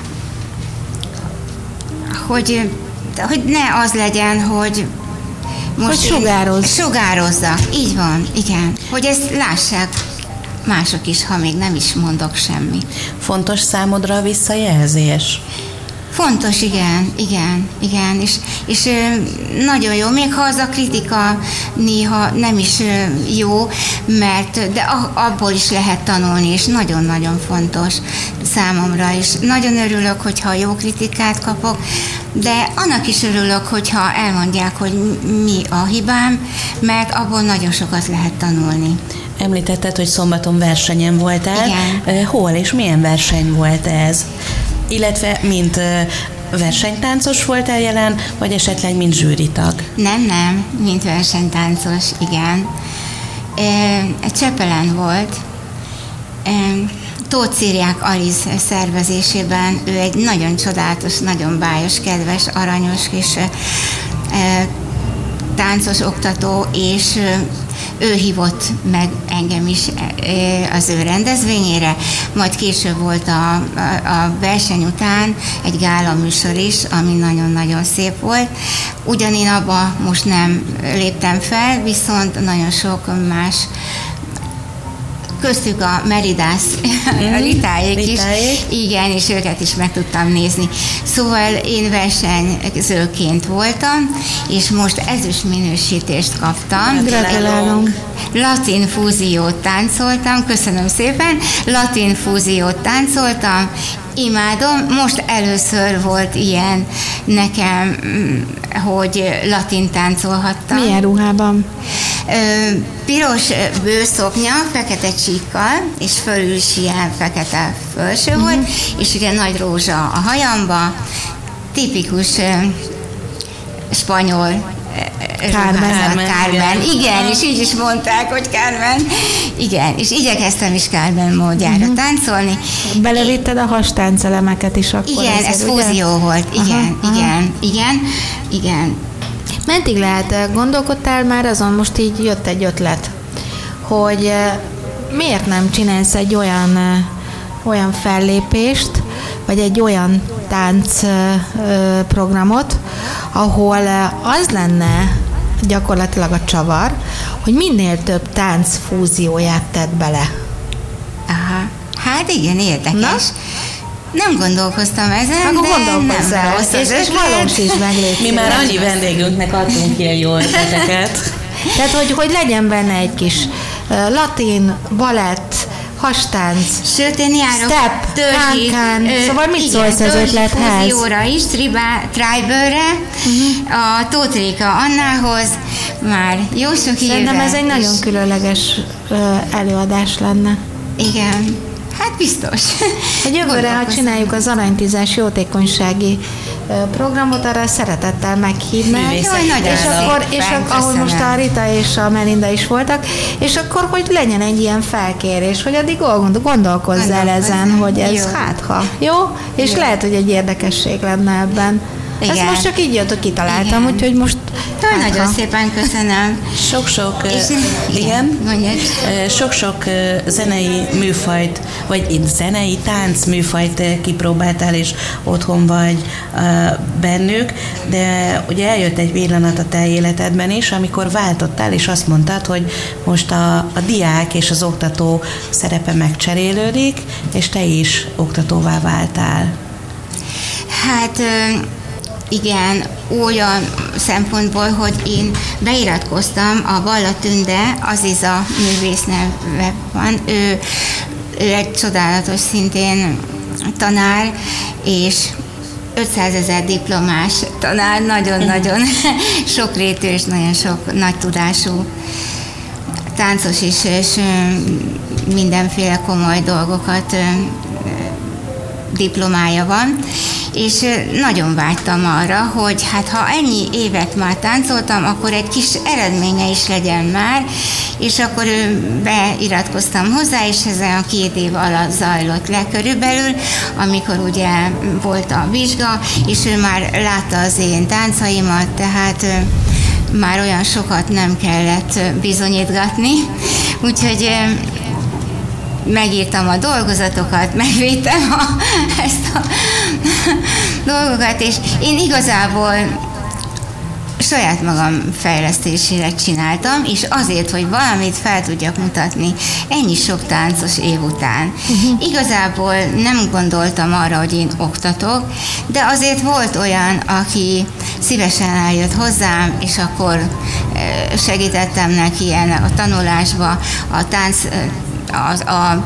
hogy, hogy ne az legyen, hogy most hogy sugározz. Sugározzak, így van, igen. Hogy ezt lássák mások is, ha még nem is mondok semmit. Fontos számodra a visszajelzés? Fontos, igen, igen, igen, és, és nagyon jó, még ha az a kritika néha nem is jó, mert de abból is lehet tanulni, és nagyon-nagyon fontos számomra is. Nagyon örülök, hogyha jó kritikát kapok, de annak is örülök, hogyha elmondják, hogy mi a hibám, mert abból nagyon sokat lehet tanulni. Említetted, hogy szombaton versenyen voltál. Igen. Hol és milyen verseny volt ez? Illetve mint versenytáncos voltál jelen, vagy esetleg mint zsűritag? Nem, nem, mint versenytáncos, igen. Egy Csepelen volt, Tóth Sziriák Aliz szervezésében, ő egy nagyon csodálatos, nagyon bájos, kedves, aranyos kis táncos oktató, és ő hívott meg engem is az ő rendezvényére, majd később volt a, a, a verseny után egy gála műsor is, ami nagyon-nagyon szép volt. Ugyan én abba most nem léptem fel, viszont nagyon sok más, köztük a Meridász, mm, a Ritáék is, igen, és őket is meg tudtam nézni. Szóval én versenyzőként voltam, és most ezüst minősítést kaptam. Gratulálunk! Latin fúziót táncoltam, köszönöm szépen, latin fúziót táncoltam, imádom, most először volt ilyen nekem, hogy latin táncolhattam. Milyen ruhában? Piros bőrszoknya, fekete csíkkal, és fölül is ilyen fekete felső uh-huh. volt, és ugye nagy rózsa a hajamba, tipikus spanyol Carmen. Carmen. Igen, és így is mondták, hogy Carmen. Igen, és igyekeztem is Carmen módjára uh-huh. táncolni. Belevitted a hastáncelemeket is akkor. Igen, ezért, ez fúzió ugye? volt. Igen, aha, igen, aha. igen, igen. Meddig lehet, gondolkodtál már azon, most így jött egy ötlet, hogy miért nem csinálsz egy olyan, olyan fellépést, vagy egy olyan tánc programot, ahol az lenne gyakorlatilag a csavar, hogy minél több tánc fúzióját tedd bele. Aha. Hát igen, érdekes. Na? Nem gondolkoztam ezen, Akkor de gondolkozzál, nem rossz, és, és valósítsd meg, légy Mi már annyi vendégünknek adtunk ilyen jó ötleteket. Tehát, hogy, hogy legyen benne egy kis uh, latin, balett, hastánc, sőt, én járok step, törzsi, kánkán, ö, szóval mit igen, szólsz az ötlethez? Fúzióra is, tribalre, uh-huh. a Tóth Réka Annához, már jó sok éve. Szerintem ez egy nagyon különleges uh, előadás lenne. Igen. Hát biztos. Hogy jövőre, ha csináljuk az aranytízes jótékonysági programot, arra szeretettel meghívnánk. És akkor, és akkor, ahol most a Rita és a Melinda is voltak, és akkor, hogy legyen egy ilyen felkérés, hogy addig gondolkozz el ezen, hogy ez jó. Hát ha. Jó? És jó. Lehet, hogy egy érdekesség lenne ebben. Igen. Ezt most csak így jött, hogy kitaláltam, igen. Úgyhogy most... Hát, nagyon ha. Szépen köszönöm. Sok-sok, és, igen, igen. sok-sok zenei műfajt, vagy zenei tánc műfajt kipróbáltál, és otthon vagy bennük, de ugye eljött egy pillanat a te életedben is, amikor váltottál, és azt mondtad, hogy most a, a diák és az oktató szerepe megcserélődik, és te is oktatóvá váltál. Hát... igen, olyan szempontból, hogy én beiratkoztam a Balla Tünde, Aziza művészneve van, ő, ő egy csodálatos szintén tanár, és ötszázezer diplomás tanár, nagyon-nagyon sokrétű és nagyon sok nagy tudású táncos is, és mindenféle komoly dolgokat diplomája van, és nagyon vágytam arra, hogy hát ha ennyi évet már táncoltam, akkor egy kis eredménye is legyen már, és akkor beiratkoztam hozzá, és ezen a két év alatt zajlott le körülbelül, amikor ugye volt a vizsga, és ő már látta az én táncaimat, tehát már olyan sokat nem kellett bizonyítgatni, úgyhogy megírtam a dolgozatokat, megvédtem a, ezt a dolgokat, és én igazából saját magam fejlesztésére csináltam, és azért, hogy valamit fel tudjak mutatni ennyi sok táncos év után. Uh-huh. Igazából nem gondoltam arra, hogy én oktatok, de azért volt olyan, aki szívesen eljött hozzám, és akkor segítettem neki a tanulásba, a tánc, az, a,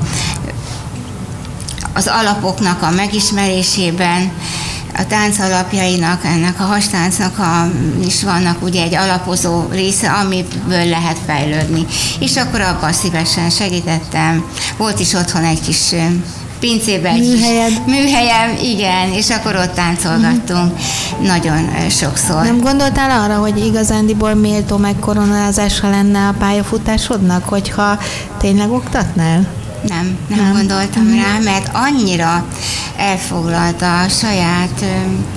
az alapoknak a megismerésében, a tánc alapjainak, ennek a hastáncnak a, is vannak ugye egy alapozó része, amiből lehet fejlődni. És akkor abban szívesen segítettem. Volt is otthon egy kis pincében egy Műhelyed. kis műhelyem, igen, és akkor ott táncolgattunk mm. nagyon sokszor. Nem gondoltál arra, hogy igazándiból méltó megkoronázása lenne a pályafutásodnak, hogyha tényleg oktatnál? Nem, nem, nem gondoltam mm. rá, mert annyira elfoglalta a saját ö,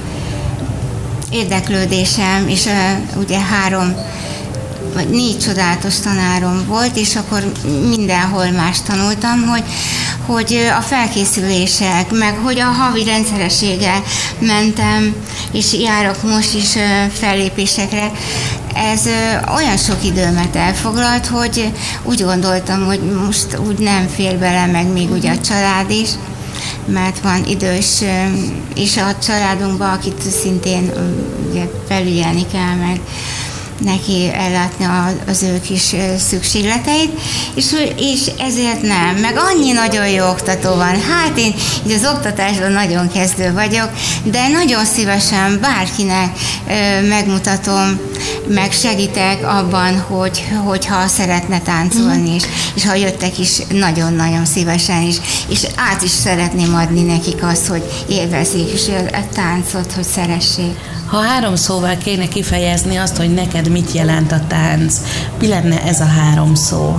érdeklődésem, és ö, ugye három vagy négy csodálatos tanárom volt, és akkor mindenhol más tanultam, hogy, hogy a felkészülések, meg hogy a havi rendszerességgel mentem, és járok most is fellépésekre, ez olyan sok időmet elfoglalt, hogy úgy gondoltam, hogy most úgy nem fér bele, meg még ugye a család is, mert van idős is a családunkban, akit szintén ugye felügyelni kell, meg neki ellátni az ő kis szükségleteit, és, és ezért nem. Meg annyi nagyon jó oktató van. Hát én így az oktatásban nagyon kezdő vagyok, de nagyon szívesen bárkinek ö, megmutatom, meg segítek abban, hogy, hogyha szeretne táncolni, és, és ha jöttek is, nagyon-nagyon szívesen is, és át is szeretném adni nekik azt, hogy élvezik, és a táncot, hogy szeressék. Ha három szóval kéne kifejezni azt, hogy neked mit jelent a tánc, mi lenne ez a három szó?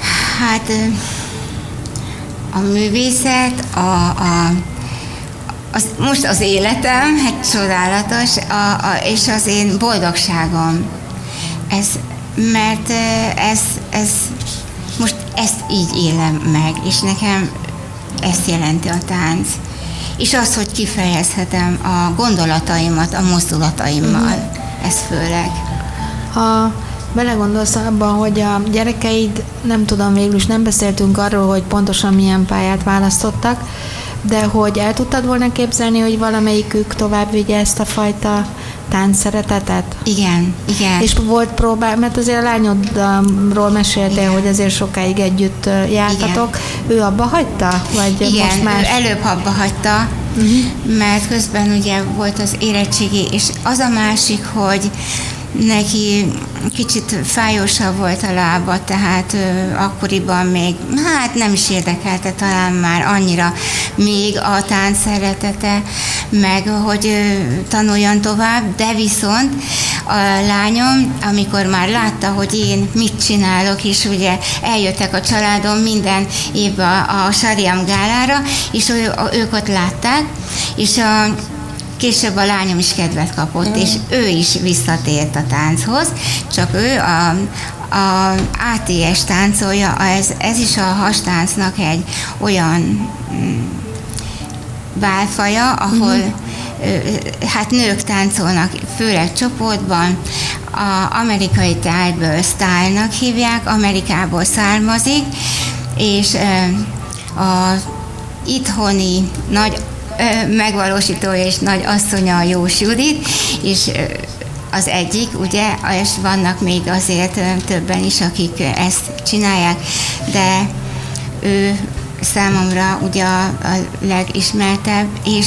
Hát a művészet, a, a, az, most az életem, hát csodálatos, a, a, és az én boldogságom. Ez, mert ez, ez, most ezt így élem meg, és nekem ezt jelenti a tánc. És az, hogy kifejezhetem a gondolataimat a mozdulataimmal, mm. ez főleg. Ha belegondolsz abban, hogy a gyerekeid, nem tudom, végül is nem beszéltünk arról, hogy pontosan milyen pályát választottak, de hogy el tudtad volna képzelni, hogy valamelyikük tovább vigye ezt a fajta táncszeretetet? Igen, igen. És volt próbál, mert azért a lányodról meséltél, hogy azért sokáig együtt jártatok. Igen. Ő abba hagyta? Vagy igen, most más? Ő előbb abba hagyta, uh-huh. mert közben ugye volt az érettségi, és az a másik, hogy neki kicsit fájósabb volt a lába, tehát ö, akkoriban még, hát nem is érdekelte talán már annyira még a tánc szeretete, meg hogy ö, tanuljon tovább, de viszont a lányom, amikor már látta, hogy én mit csinálok, és ugye eljöttek a családom minden évben a Sariam gálára, és ő, ők ott látták, és a később a lányom is kedvet kapott, és ő is visszatért a tánchoz, csak ő a, a á té es táncolja, ez, ez is a hastáncnak egy olyan válfaja, ahol uh-huh. hát nők táncolnak, főleg csoportban, a amerikai tribal style-nak hívják, Amerikából származik, és az itthoni nagy megvalósítója és nagy asszonya a Jós Judit, és az egyik, ugye, és vannak még azért többen is, akik ezt csinálják, de ő számomra ugye a legismertebb, és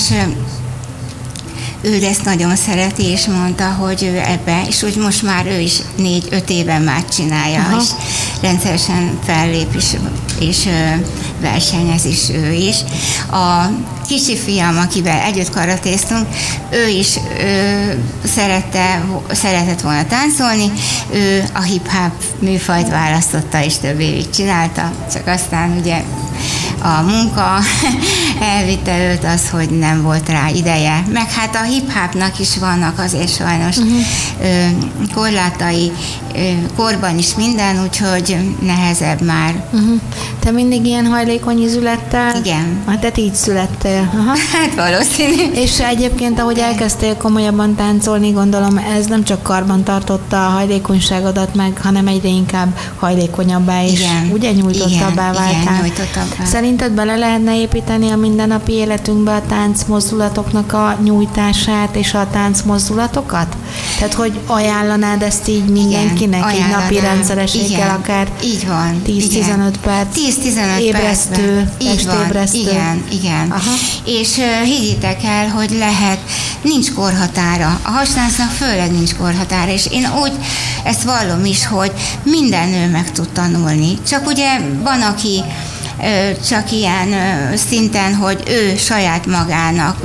ő ezt nagyon szereti, és mondta, hogy ő ebbe, és úgy most már ő is négy-öt éven már csinálja, Aha. és rendszeresen fellép is, és versenyez is ő is. A kicsi fiam, akivel együtt karatéztunk, ő is ő szerette, szeretett volna táncolni, ő a hip-hop műfajt választotta, és több évig csinálta, csak aztán ugye a munka elvitte őt az, hogy nem volt rá ideje. Meg hát a hip-hopnak is vannak azért sajnos uh-huh. korlátai, korban is minden, úgyhogy nehezebb már. Uh-huh. Te mindig ilyen hajlékony ízű lettél? Igen. Hát te így születtél. Aha. Hát valószínű. És egyébként, ahogy elkezdtél komolyabban táncolni, gondolom ez nem csak karban tartotta a hajlékonyságodat meg, hanem egyre inkább hajlékonyabbá is. Igen. Ugye nyújtottabbá váltál? Igen, nyújtottabbá. Szerinted bele lehetne építeni a mindennapi életünkbe a táncmozdulatoknak a nyújtását és a táncmozdulatokat? Tehát, hogy ajánlanád ezt így mindenkinek, így napi rendszerességgel, akár így van, tíz-tizenöt perc tíz-tizenöt ébresztő, testébresztő. Igen, igen. Aha. És uh, higgyétek el, hogy lehet, nincs korhatára. A hastáncnak főleg nincs korhatára, és én úgy ezt vallom is, hogy minden nő meg tud tanulni. Csak ugye van, aki csak ilyen szinten, hogy ő saját magának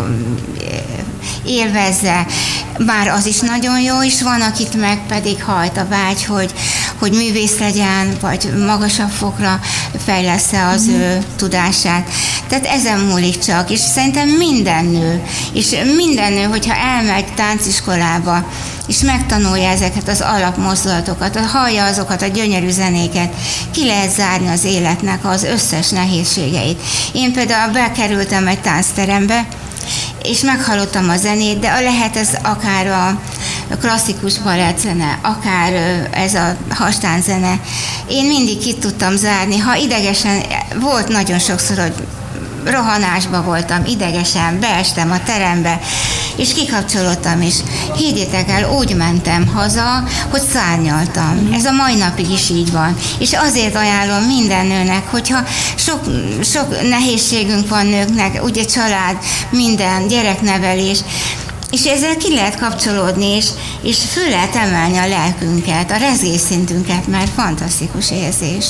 élvezze, bár az is nagyon jó, és van, akit meg pedig hajt a vágy, hogy, hogy művész legyen, vagy magasabb fokra fejlesz-e az mm. ő tudását. Tehát ezen múlik csak, és szerintem minden nő, és minden nő, hogyha elmegy tánciskolába, és megtanulja ezeket az alapmozdulatokat, hallja azokat a gyönyörű zenéket, ki lehet zárni az életnek az összes nehézségeit. Én például bekerültem egy táncterembe, és meghallottam a zenét, de lehet ez akár a klasszikus balettzene, akár ez a hastánzene. Én mindig ki tudtam zárni, ha idegesen, volt nagyon sokszor, hogy rohanásba voltam, idegesen, beestem a terembe, és kikapcsolódtam, és higgyétek el, úgy mentem haza, hogy szárnyaltam. Ez a mai napig is így van. És azért ajánlom minden nőnek, hogyha sok, sok nehézségünk van nőknek, ugye család, minden, gyereknevelés, és ezzel ki lehet kapcsolódni, és, és föl lehet emelni a lelkünket, a rezgésszintünket, mert fantasztikus érzés.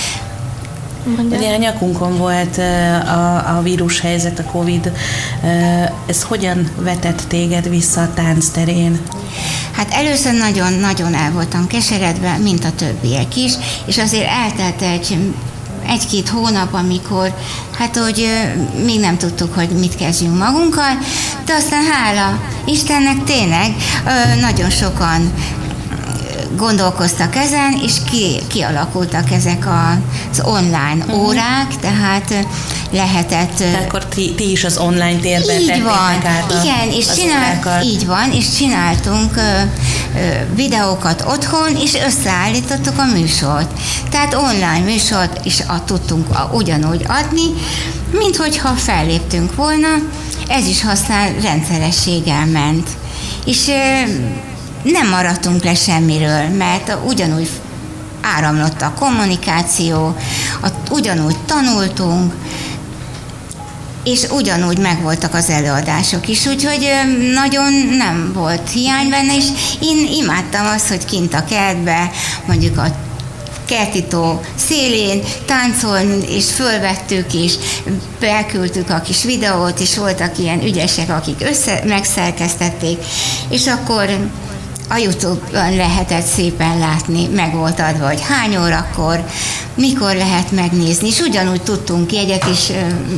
Ugye a nyakunkon volt a, a vírushelyzet, a Covid. Ez hogyan vetett téged vissza a táncterén? Hát először nagyon-nagyon el voltam keseredve, mint a többiek is, és azért eltelt egy egy-két hónap, amikor hát hogy még nem tudtuk, hogy mit kezdjünk magunkkal, de aztán hála Istennek tényleg nagyon sokan gondolkoztak ezen, és ki, kialakultak ezek az online uh-huh. órák, tehát lehetett... Tehát akkor ti, ti is az online térben így van, át a, igen, és csinál, így van, és csináltunk ö, ö, videókat otthon, és összeállítottuk a műsort. Tehát online műsort is a, tudtunk a, ugyanúgy adni, mint hogyha felléptünk volna, ez is használ rendszerességgel ment. És ö, nem maradtunk le semmiről, mert ugyanúgy áramlott a kommunikáció, a, ugyanúgy tanultunk, és ugyanúgy megvoltak az előadások is, úgyhogy nagyon nem volt hiány benne, és én imádtam azt, hogy kint a kertbe, mondjuk a kertító szélén táncolni, és fölvettük, és beküldtük a kis videót, és voltak ilyen ügyesek, akik össze, megszerkesztették, és akkor a YouTube-on lehetett szépen látni, meg volt adva, hogy hány órakor, mikor lehet megnézni, és ugyanúgy tudtunk jegyet is,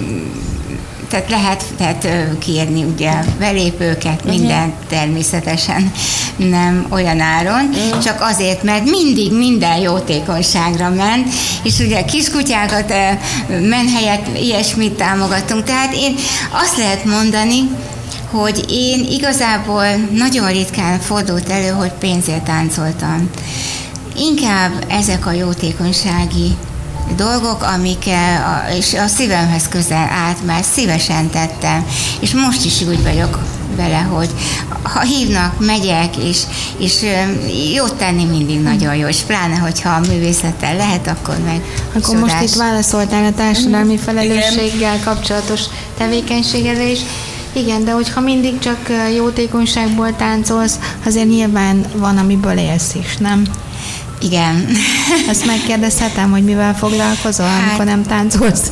tehát lehetett kérni ugye belépőket, minden természetesen nem olyan áron, csak azért, mert mindig minden jótékonyságra ment, és ugye kiskutyákat menhelyet, ilyesmit támogattunk, tehát én azt lehet mondani, hogy én igazából nagyon ritkán fordult elő, hogy pénzért táncoltam. Inkább ezek a jótékonysági dolgok, amik a, és a szívemhez közel állt, mert szívesen tettem, és most is úgy vagyok vele, hogy ha hívnak, megyek, és, és jót tenni mindig nagyon jó, és pláne, hogyha a művészettel lehet, akkor meg Akkor csodás. most itt válaszoltál a társadalmi felelősséggel kapcsolatos tevékenységedre is. Igen, de hogyha mindig csak jótékonyságból táncolsz, azért nyilván van, amiből élsz is, nem? Igen. Azt megkérdezhetem, hogy mivel foglalkozol, hát, amikor nem táncolsz?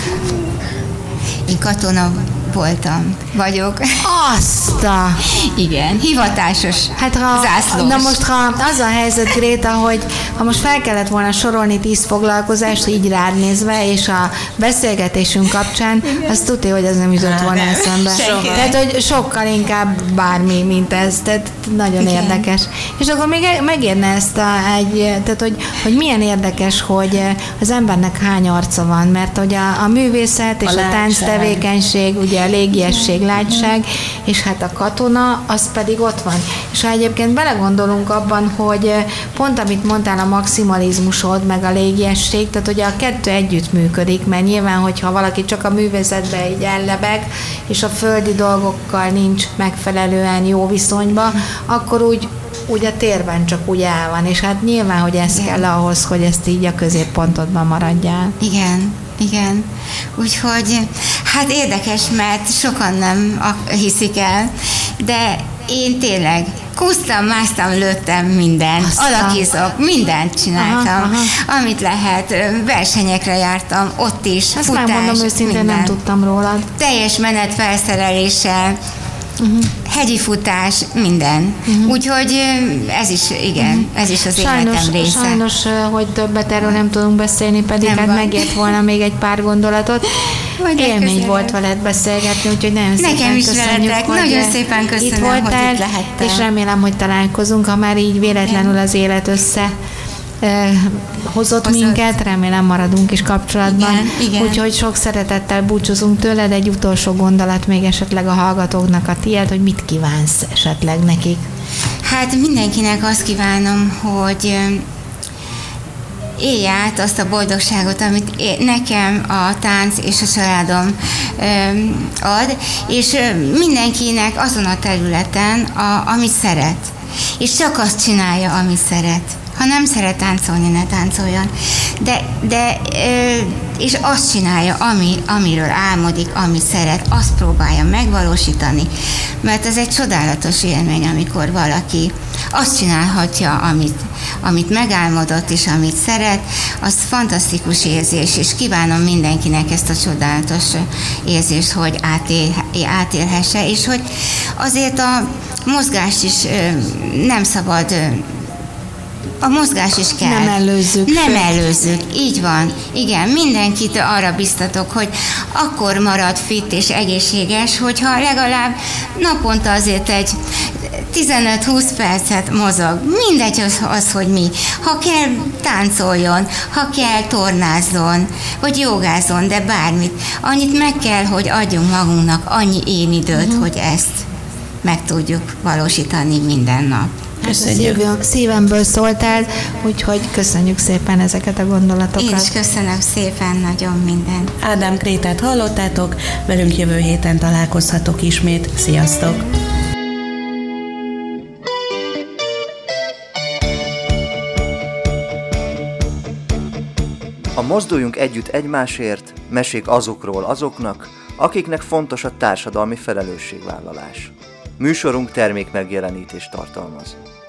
Én katona voltam, vagyok. Azt a... Igen, hivatásos hát ha, zászlós. Na most, ha az a helyzet, Gréta, hogy ha most fel kellett volna sorolni tíz foglalkozást, így rád nézve, és a beszélgetésünk kapcsán, azt tudja, hogy ez nem jutott volna eszembe. Tehát, hogy sokkal inkább bármi, mint ez. Tehát nagyon igen. Érdekes. És akkor még megérne ezt a, egy, tehát, hogy, hogy milyen érdekes, hogy az embernek hány arca van, mert hogy a, a művészet és a, a tánc tevékenység, ugye a légiesség, látság, és hát a katona, az pedig ott van. És ha egyébként belegondolunk abban, hogy pont amit mondtál, a maximalizmusod, meg a légiesség, tehát ugye a kettő együtt működik, mert nyilván, hogyha valaki csak a művészetben így ellebeg, és a földi dolgokkal nincs megfelelően jó viszonyba, akkor úgy úgy a térben csak úgy el van, és hát nyilván, hogy ez igen. kell ahhoz, hogy ezt így a középpontodban maradjál. Igen, igen. Úgyhogy hát érdekes, mert sokan nem hiszik el, de én tényleg kúsztam, másztam, lőttem mindent, aztán. Alakizok, mindent csináltam, aha, aha. amit lehet, versenyekre jártam, ott is, ezt futás, megmondom őszintén, minden. Nem tudtam rólad. Teljes menet felszereléssel, uh-huh. hegyi futás, minden. Uh-huh. Úgyhogy ez is, igen, uh-huh. ez is az sajnos, életem része. Sajnos, hogy többet erről nem tudunk beszélni, pedig nem hát van. Megért volna még egy pár gondolatot. Vagy élmény volt veled beszélgetni, úgyhogy nagyon Nekem szépen is köszönjük, veletek, hogy nagyon szépen köszönöm, itt voltál, hogy itt lehettem. És remélem, hogy találkozunk, ha már így véletlenül az élet össze hozott Hozott. minket, remélem maradunk is kapcsolatban. Igen, igen. Úgyhogy sok szeretettel búcsúzunk tőled, egy utolsó gondolat még esetleg a hallgatóknak a tiéd, hogy mit kívánsz esetleg nekik? Hát mindenkinek azt kívánom, hogy élj át azt a boldogságot, amit nekem a tánc és a családom ad, és mindenkinek azon a területen, a, amit szeret. És csak azt csinálja, amit szeret. Ha nem szeret táncolni, ne táncoljon. De, de és azt csinálja, ami, amiről álmodik, amit szeret, azt próbálja megvalósítani. Mert ez egy csodálatos élmény, amikor valaki azt csinálhatja, amit, amit megálmodott, és amit szeret, az fantasztikus érzés, és kívánom mindenkinek ezt a csodálatos érzést, hogy átél, átélhesse, és hogy azért a mozgást is nem szabad a mozgás is kell. Nem előzzük. Nem előzzük, így van. Igen, mindenkit arra biztatok, hogy akkor marad fit és egészséges, hogyha legalább naponta azért egy tizenöt-húsz percet mozog. Mindegy az, az, hogy mi. Ha kell, táncoljon, ha kell, tornázzon, vagy jogázzon, de bármit. Annyit meg kell, hogy adjunk magunknak annyi én időt, uh-huh. hogy ezt meg tudjuk valósítani minden nap. Köszönjük. Szívem, szívemből szóltál, úgyhogy köszönjük szépen ezeket a gondolatokat. Én is köszönöm szépen nagyon mindent. Ádám Grétát hallottátok, velünk jövő héten találkozhatok ismét. Sziasztok! A Mozduljunk együtt egymásért, mesék azokról azoknak, akiknek fontos a társadalmi felelősségvállalás. Műsorunk termék megjelenítést tartalmaz.